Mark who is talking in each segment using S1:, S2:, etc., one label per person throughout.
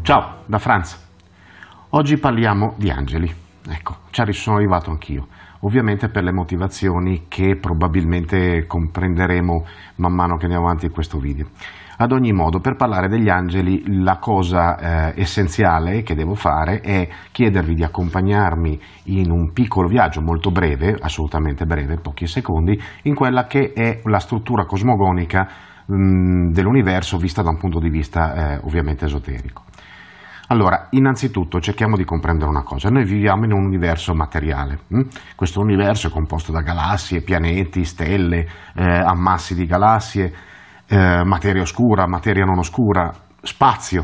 S1: Ciao, da Franz. Oggi parliamo di angeli. Ecco, ci sono arrivato anch'io, ovviamente per le motivazioni che probabilmente comprenderemo man mano che andiamo avanti in questo video. Ad ogni modo, per parlare degli angeli, la cosa essenziale che devo fare è chiedervi di accompagnarmi in un piccolo viaggio molto breve, assolutamente breve, pochi secondi, in quella che è la struttura cosmogonica dell'universo vista da un punto di vista ovviamente esoterico. Allora, innanzitutto cerchiamo di comprendere una cosa: noi viviamo in un universo materiale. Questo universo è composto da galassie, pianeti, stelle, ammassi di galassie, materia oscura, materia non oscura, spazio.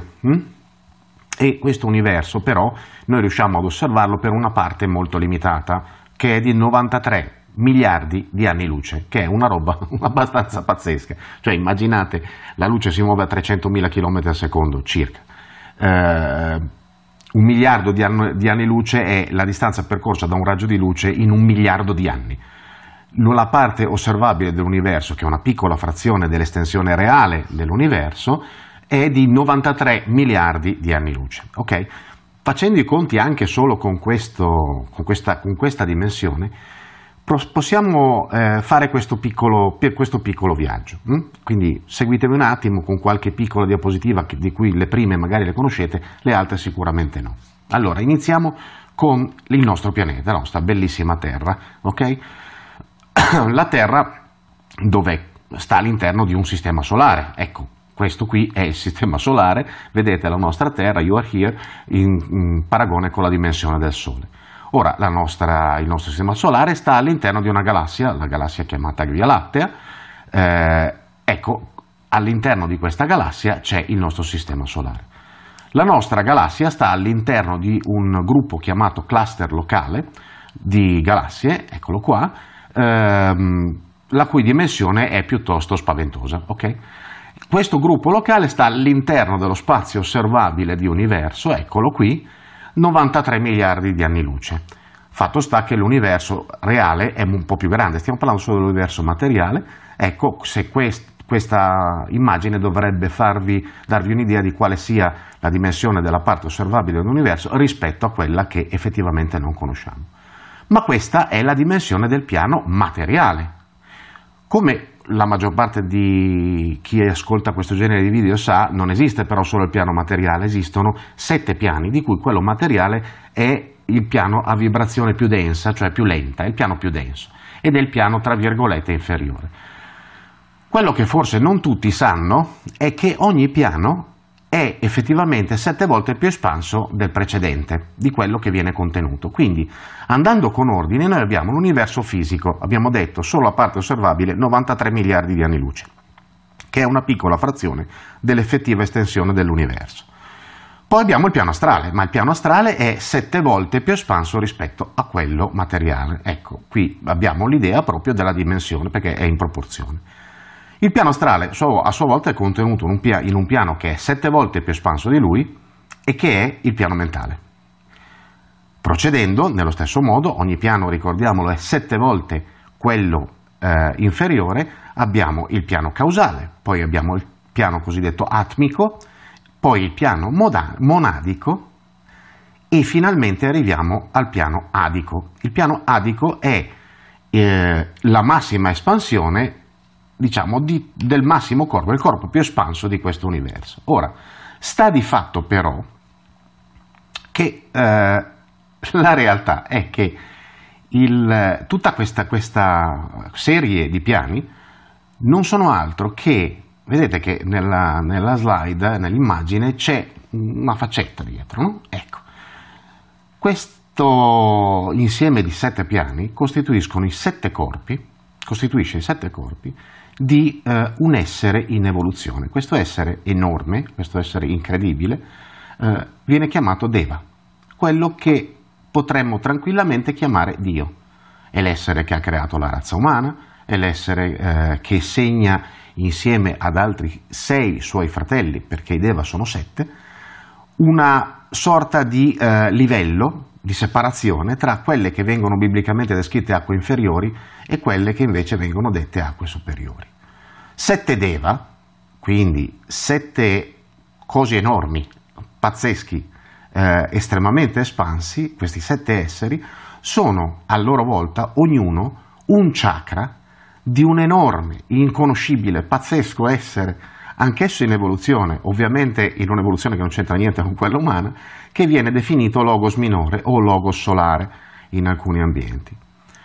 S1: E questo universo però noi riusciamo ad osservarlo per una parte molto limitata, che è di 93 miliardi di anni luce, che è una roba abbastanza pazzesca. Cioè immaginate, la luce si muove a 300.000 km al secondo circa. 1 miliardo di anni luce è la distanza percorsa da un raggio di luce in 1 miliardo di anni. La parte osservabile dell'universo, che è una piccola frazione dell'estensione reale dell'universo, è di 93 miliardi di anni luce. Okay? Facendo i conti anche solo con questa dimensione, possiamo fare questo piccolo viaggio. Quindi seguitemi un attimo con qualche piccola diapositiva di cui le prime magari le conoscete, le altre sicuramente no. Allora, iniziamo con il nostro pianeta, la nostra bellissima Terra. Okay? La Terra dov'è? Sta all'interno di un sistema solare. Ecco, questo qui è il sistema solare, vedete la nostra Terra, you are here, in paragone con la dimensione del Sole. Ora, il nostro sistema solare sta all'interno di una galassia, la galassia chiamata Via Lattea. Ecco, all'interno di questa galassia c'è il nostro sistema solare. La nostra galassia sta all'interno di un gruppo chiamato cluster locale di galassie, eccolo qua, la cui dimensione è piuttosto spaventosa. Okay? Questo gruppo locale sta all'interno dello spazio osservabile di universo, eccolo qui, 93 miliardi di anni luce. Fatto sta che l'universo reale è un po' più grande, stiamo parlando solo dell'universo materiale. Ecco, se questa immagine dovrebbe darvi un'idea di quale sia la dimensione della parte osservabile dell'universo rispetto a quella che effettivamente non conosciamo. Ma questa è la dimensione del piano materiale. Come la maggior parte di chi ascolta questo genere di video sa, non esiste però solo il piano materiale, esistono 7 piani, di cui quello materiale è il piano a vibrazione più densa, cioè più lenta, è il piano più denso, ed è il piano tra virgolette inferiore. Quello che forse non tutti sanno è che ogni piano è effettivamente 7 volte più espanso del precedente, di quello che viene contenuto. Quindi, andando con ordine, noi abbiamo l'universo fisico, abbiamo detto, solo a parte osservabile, 93 miliardi di anni luce, che è una piccola frazione dell'effettiva estensione dell'universo. Poi abbiamo il piano astrale, ma il piano astrale è 7 volte più espanso rispetto a quello materiale. Ecco, qui abbiamo l'idea proprio della dimensione, perché è in proporzione. Il piano astrale a sua volta è contenuto in un piano che è 7 volte più espanso di lui e che è il piano mentale. Procedendo nello stesso modo, ogni piano, ricordiamolo, è 7 volte quello inferiore, abbiamo il piano causale, poi abbiamo il piano cosiddetto atmico, poi il piano monadico e finalmente arriviamo al piano adico. Il piano adico è la massima espansione, diciamo, del massimo corpo, il corpo più espanso di questo universo. Ora, sta di fatto però che la realtà è che tutta questa serie di piani non sono altro che, vedete che nella slide, nell'immagine, c'è una faccetta dietro, no? Ecco, questo insieme di 7 piani costituisce i 7 corpi di un essere in evoluzione. Questo essere enorme, questo essere incredibile, viene chiamato Deva, quello che potremmo tranquillamente chiamare Dio. È l'essere che ha creato la razza umana, è l'essere che segna insieme ad altri 6 suoi fratelli, perché i Deva sono 7, una sorta di livello di separazione tra quelle che vengono biblicamente descritte acque inferiori e quelle che invece vengono dette acque superiori. 7 Deva, quindi 7 cose enormi, pazzeschi, estremamente espansi, questi 7 esseri, sono a loro volta ognuno un chakra di un enorme, inconoscibile, pazzesco essere, anch'esso in evoluzione, ovviamente in un'evoluzione che non c'entra niente con quella umana, che viene definito logos minore o logos solare in alcuni ambienti.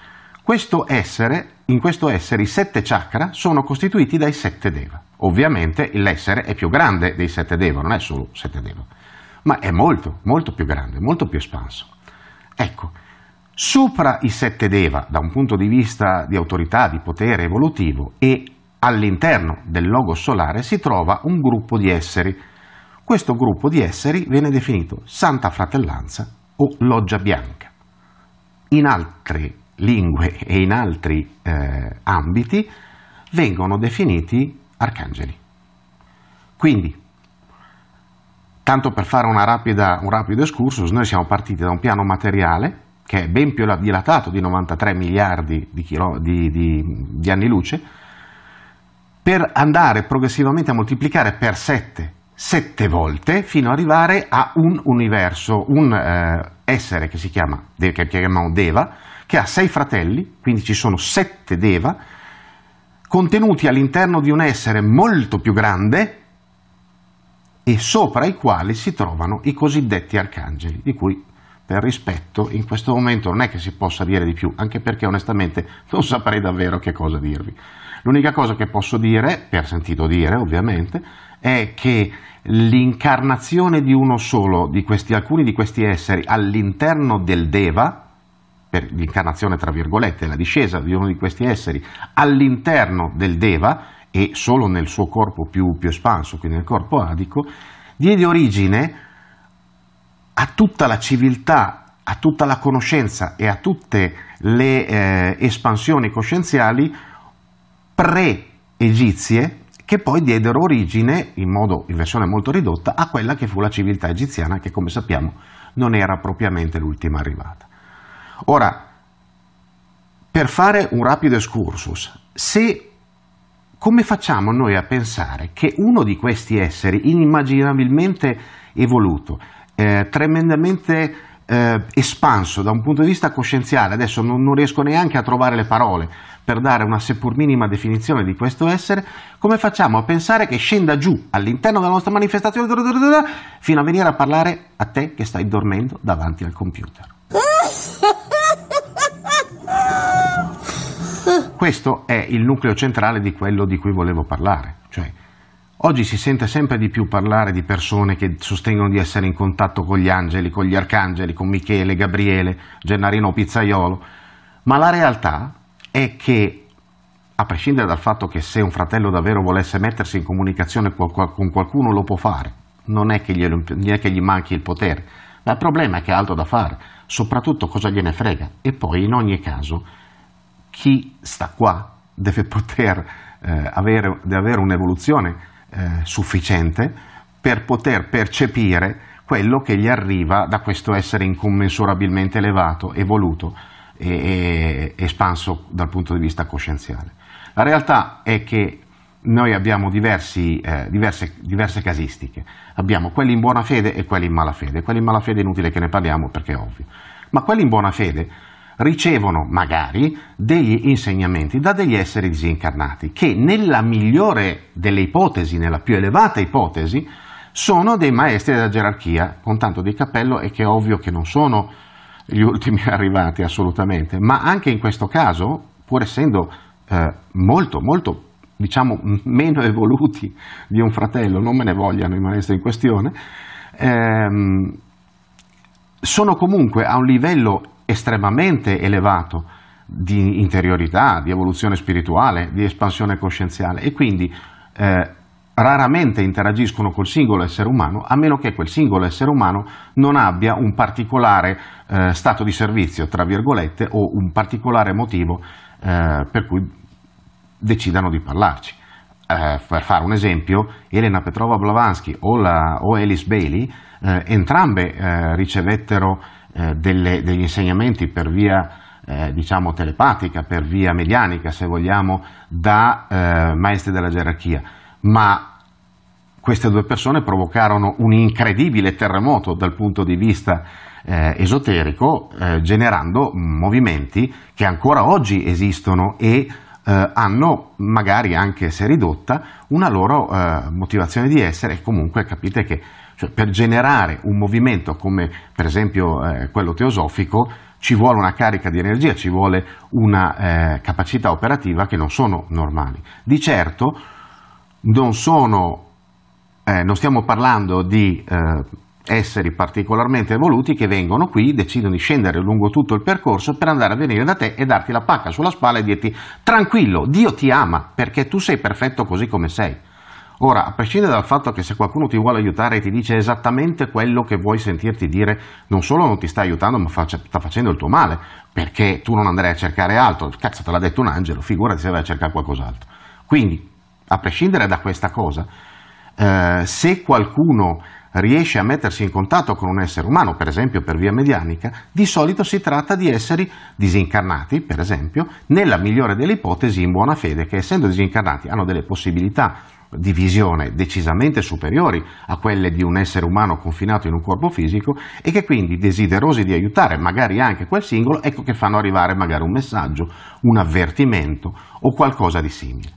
S1: In questo essere i 7 chakra sono costituiti dai 7 deva. Ovviamente l'essere è più grande dei 7 deva, non è solo 7 deva, ma è molto, molto più grande, molto più espanso. Ecco, sopra i 7 deva, da un punto di vista di autorità, di potere evolutivo, e all'interno del logos solare si trova un gruppo di esseri. Questo gruppo di esseri viene definito Santa Fratellanza o Loggia Bianca. In altre lingue e in altri ambiti vengono definiti arcangeli. Quindi, tanto per fare un rapido excursus, noi siamo partiti da un piano materiale che è ben più dilatato di 93 miliardi di anni luce, per andare progressivamente a moltiplicare per 7 volte fino ad arrivare a un universo, un essere che chiamano Deva, che ha 6 fratelli, quindi ci sono 7 Deva, contenuti all'interno di un essere molto più grande e sopra i quali si trovano i cosiddetti arcangeli, di cui per rispetto in questo momento non è che si possa dire di più, anche perché onestamente non saprei davvero che cosa dirvi. L'unica cosa che posso dire, per sentito dire ovviamente, è che l'incarnazione di uno solo di alcuni di questi esseri all'interno del Deva, per l'incarnazione tra virgolette, la discesa di uno di questi esseri all'interno del Deva e solo nel suo corpo più espanso, quindi nel corpo adico, diede origine a tutta la civiltà, a tutta la conoscenza e a tutte le espansioni coscienziali pre-egizie, che poi diedero origine, in versione molto ridotta, a quella che fu la civiltà egiziana, che come sappiamo non era propriamente l'ultima arrivata. Ora, per fare un rapido excursus, come facciamo noi a pensare che uno di questi esseri inimmaginabilmente evoluto, tremendamente espanso da un punto di vista coscienziale, adesso non riesco neanche a trovare le parole per dare una seppur minima definizione di questo essere, come facciamo a pensare che scenda giù all'interno della nostra manifestazione fino a venire a parlare a te che stai dormendo davanti al computer? Questo è il nucleo centrale di quello di cui volevo parlare, cioè oggi si sente sempre di più parlare di persone che sostengono di essere in contatto con gli angeli, con gli arcangeli, con Michele, Gabriele, Gennarino Pizzaiolo, ma la realtà è che, a prescindere dal fatto che se un fratello davvero volesse mettersi in comunicazione con qualcuno lo può fare, non è che gli manchi il potere, ma il problema è che ha altro da fare, soprattutto cosa gliene frega, e poi in ogni caso chi sta qua deve poter avere un'evoluzione sufficiente per poter percepire quello che gli arriva da questo essere incommensurabilmente elevato, evoluto e espanso dal punto di vista coscienziale. La realtà è che noi abbiamo diverse casistiche, abbiamo quelli in buona fede e quelli in malafede. Quelli in malafede è inutile che ne parliamo perché è ovvio, ma quelli in buona fede ricevono magari degli insegnamenti da degli esseri disincarnati che nella migliore delle ipotesi, nella più elevata ipotesi, sono dei maestri della gerarchia con tanto di cappello, e che è ovvio che non sono gli ultimi arrivati assolutamente, ma anche in questo caso, pur essendo molto diciamo meno evoluti di un fratello, non me ne vogliano i maestri in questione, sono comunque a un livello estremamente elevato di interiorità, di evoluzione spirituale, di espansione coscienziale, e quindi raramente interagiscono col singolo essere umano, a meno che quel singolo essere umano non abbia un particolare stato di servizio, tra virgolette, o un particolare motivo per cui decidano di parlarci. Per fare un esempio, Elena Petrova Blavatsky o Alice Bailey, entrambe ricevettero degli insegnamenti per via diciamo telepatica, per via medianica se vogliamo, da maestri della gerarchia, ma queste due persone provocarono un incredibile terremoto dal punto di vista esoterico, generando movimenti che ancora oggi esistono e hanno, magari anche se ridotta, una loro motivazione di essere. E comunque capite che per generare un movimento come per esempio quello teosofico ci vuole una carica di energia, ci vuole una capacità operativa che non sono normali. Di certo non stiamo parlando di esseri particolarmente evoluti che vengono qui, decidono di scendere lungo tutto il percorso per andare a venire da te e darti la pacca sulla spalla e dirti: tranquillo, Dio ti ama perché tu sei perfetto così come sei. Ora, a prescindere dal fatto che se qualcuno ti vuole aiutare e ti dice esattamente quello che vuoi sentirti dire, non solo non ti sta aiutando, ma sta facendo il tuo male, perché tu non andrai a cercare altro. Cazzo, te l'ha detto un angelo, figurati se vai a cercare qualcos'altro. Quindi, a prescindere da questa cosa, se qualcuno riesce a mettersi in contatto con un essere umano, per esempio per via medianica, di solito si tratta di esseri disincarnati, per esempio, nella migliore delle ipotesi in buona fede, che essendo disincarnati hanno delle possibilità di visione decisamente superiori a quelle di un essere umano confinato in un corpo fisico e che quindi, desiderosi di aiutare magari anche quel singolo, ecco che fanno arrivare magari un messaggio, un avvertimento o qualcosa di simile.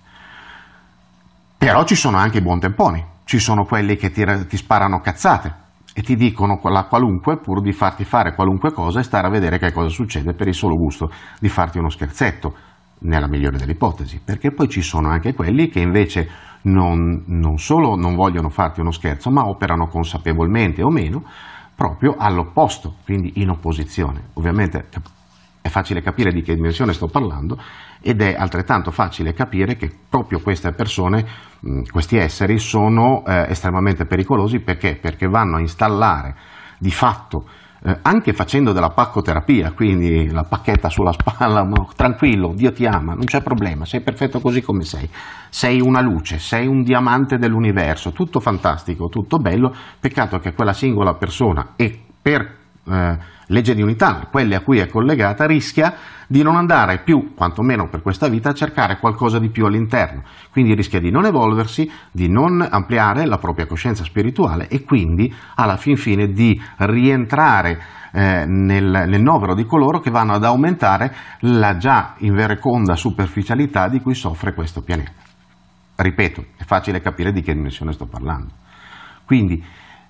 S1: Però ci sono anche i buontemponi, ci sono quelli che ti sparano cazzate e ti dicono la qualunque pur di farti fare qualunque cosa e stare a vedere che cosa succede per il solo gusto di farti uno scherzetto, nella migliore delle ipotesi, perché poi ci sono anche quelli che invece non solo non vogliono farti uno scherzo, ma operano consapevolmente o meno proprio all'opposto, quindi in opposizione. Ovviamente è facile capire di che dimensione sto parlando ed è altrettanto facile capire che proprio queste persone, questi esseri, sono estremamente pericolosi. Perché? Perché vanno a installare di fatto, anche facendo della paccoterapia, quindi la pacchetta sulla spalla, tranquillo, Dio ti ama, non c'è problema, sei perfetto così come sei una luce, sei un diamante dell'universo, tutto fantastico, tutto bello, peccato che quella singola persona, e per legge di unità, quelle a cui è collegata, rischia di non andare più, quantomeno per questa vita, a cercare qualcosa di più all'interno, quindi rischia di non evolversi, di non ampliare la propria coscienza spirituale e quindi alla fin fine di rientrare nel novero di coloro che vanno ad aumentare la già invereconda superficialità di cui soffre questo pianeta. Ripeto, è facile capire di che dimensione sto parlando. Quindi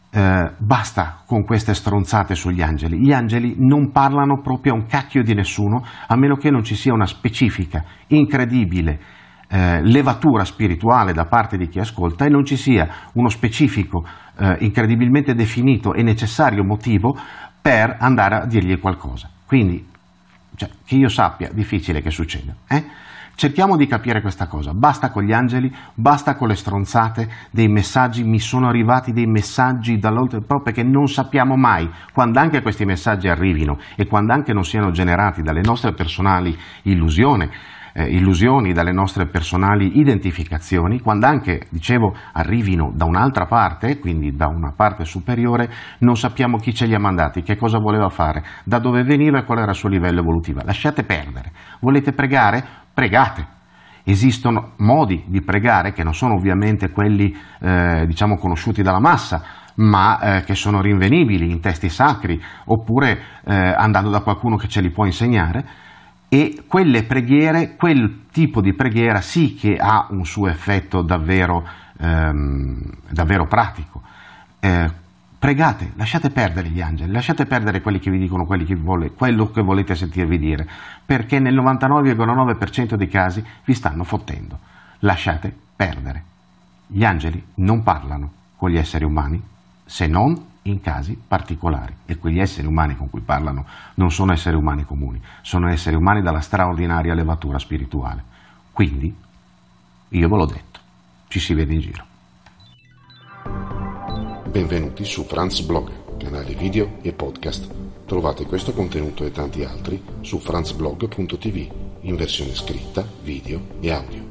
S1: basta con queste stronzate sugli angeli. Gli angeli non parlano proprio a un cacchio di nessuno, a meno che non ci sia una specifica, incredibile levatura spirituale da parte di chi ascolta e non ci sia uno specifico, incredibilmente definito e necessario motivo per andare a dirgli qualcosa. Quindi, che io sappia, difficile che succeda. Cerchiamo di capire questa cosa, basta con gli angeli, basta con le stronzate dei messaggi. Mi sono arrivati dei messaggi dall'oltre, proprio perché non sappiamo mai, quando anche questi messaggi arrivino e quando anche non siano generati dalle nostre personali illusioni, dalle nostre personali identificazioni, quando anche, dicevo, arrivino da un'altra parte, quindi da una parte superiore, non sappiamo chi ce li ha mandati, che cosa voleva fare, da dove veniva e qual era il suo livello evolutivo. Lasciate perdere. Volete pregare? Pregate. Esistono modi di pregare che non sono ovviamente quelli conosciuti dalla massa, ma che sono rinvenibili in testi sacri oppure andando da qualcuno che ce li può insegnare, e quelle preghiere, quel tipo di preghiera sì che ha un suo effetto davvero pratico. Pregate, lasciate perdere gli angeli, lasciate perdere quelli che vi dicono quello che volete sentirvi dire, perché nel 99,9% dei casi vi stanno fottendo. Lasciate perdere. Gli angeli non parlano con gli esseri umani, se non in casi particolari, e quegli esseri umani con cui parlano non sono esseri umani comuni, sono esseri umani dalla straordinaria levatura spirituale. Quindi, io ve l'ho detto, ci si vede in giro.
S2: Benvenuti su Franz Blog, canale video e podcast. Trovate questo contenuto e tanti altri su franzblog.tv in versione scritta, video e audio.